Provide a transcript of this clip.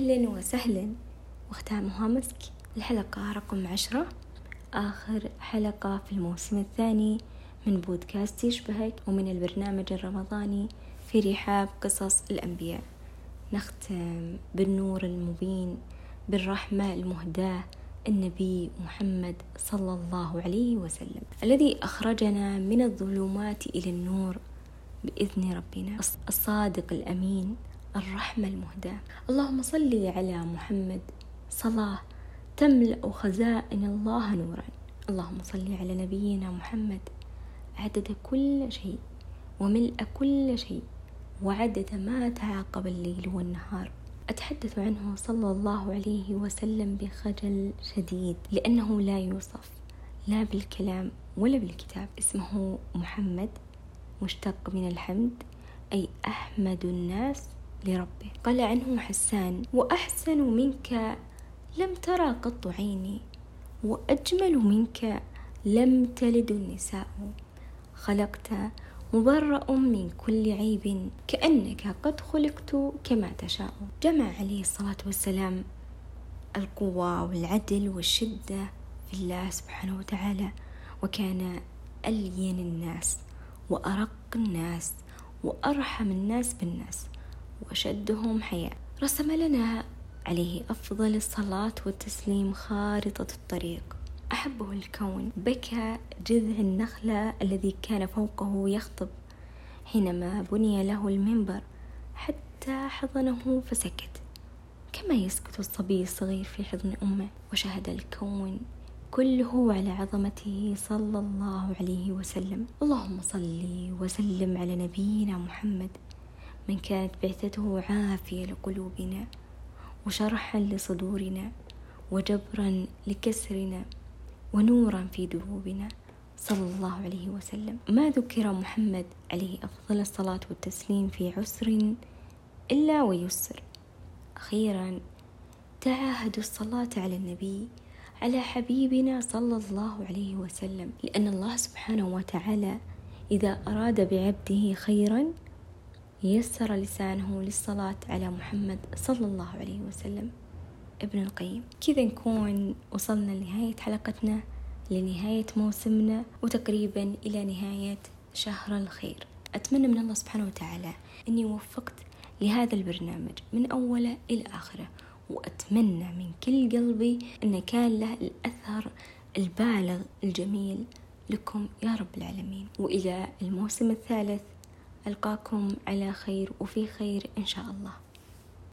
أهلا وسهلا، وختامها مسك. الحلقة رقم 10، آخر حلقة في الموسم الثاني من بودكاست يشبهك ومن البرنامج الرمضاني في رحاب قصص الأنبياء. نختم بالنور المبين، بالرحمة المهداة، النبي محمد صلى الله عليه وسلم، الذي أخرجنا من الظلمات إلى النور بإذن ربنا، الصادق الأمين، الرحمة المهداة. اللهم صل على محمد صلاة تملأ خزائن الله نورا. اللهم صل على نبينا محمد عدد كل شيء وملء كل شيء وعدد ما تعاقب الليل والنهار. أتحدث عنه صلى الله عليه وسلم بخجل شديد، لأنه لا يوصف لا بالكلام ولا بالكتاب. اسمه محمد، مشتق من الحمد، أي أحمد الناس لربه. قال عنه حسان: وأحسن منك لم ترى قط عيني، وأجمل منك لم تلد النساء، خلقت مبرأ من كل عيب، كأنك قد خلقت كما تشاء. جمع عليه الصلاة والسلام القوة والعدل والشدة في الله سبحانه وتعالى، وكان ألين الناس وأرق الناس وأرحم الناس بالناس وأشدهم حياء. رسم لنا عليه أفضل الصلاة والتسليم خارطة الطريق. أحبه الكون، بكى جذع النخلة الذي كان فوقه يخطب حينما بني له المنبر، حتى حضنه فسكت كما يسكت الصبي الصغير في حضن أمه. وشهد الكون كله على عظمته صلى الله عليه وسلم. اللهم صل وسلم على نبينا محمد، من كانت بعثته عافية لقلوبنا وشرحا لصدورنا وجبرا لكسرنا ونورا في دروبنا، صلى الله عليه وسلم. ما ذكر محمد عليه أفضل الصلاة والتسليم في عسر إلا ويسر. أخيرا تعاهدوا الصلاة على النبي، على حبيبنا صلى الله عليه وسلم، لأن الله سبحانه وتعالى إذا أراد بعبده خيرا يسر لسانه للصلاة على محمد صلى الله عليه وسلم. ابن القيم. كذا نكون وصلنا لنهاية حلقتنا، لنهاية موسمنا، وتقريبا إلى نهاية شهر الخير. أتمنى من الله سبحانه وتعالى أني وفقت لهذا البرنامج من أوله إلى آخره، وأتمنى من كل قلبي أن كان له الأثر البالغ الجميل لكم يا رب العالمين. وإلى الموسم الثالث ألقاكم على خير وفي خير إن شاء الله.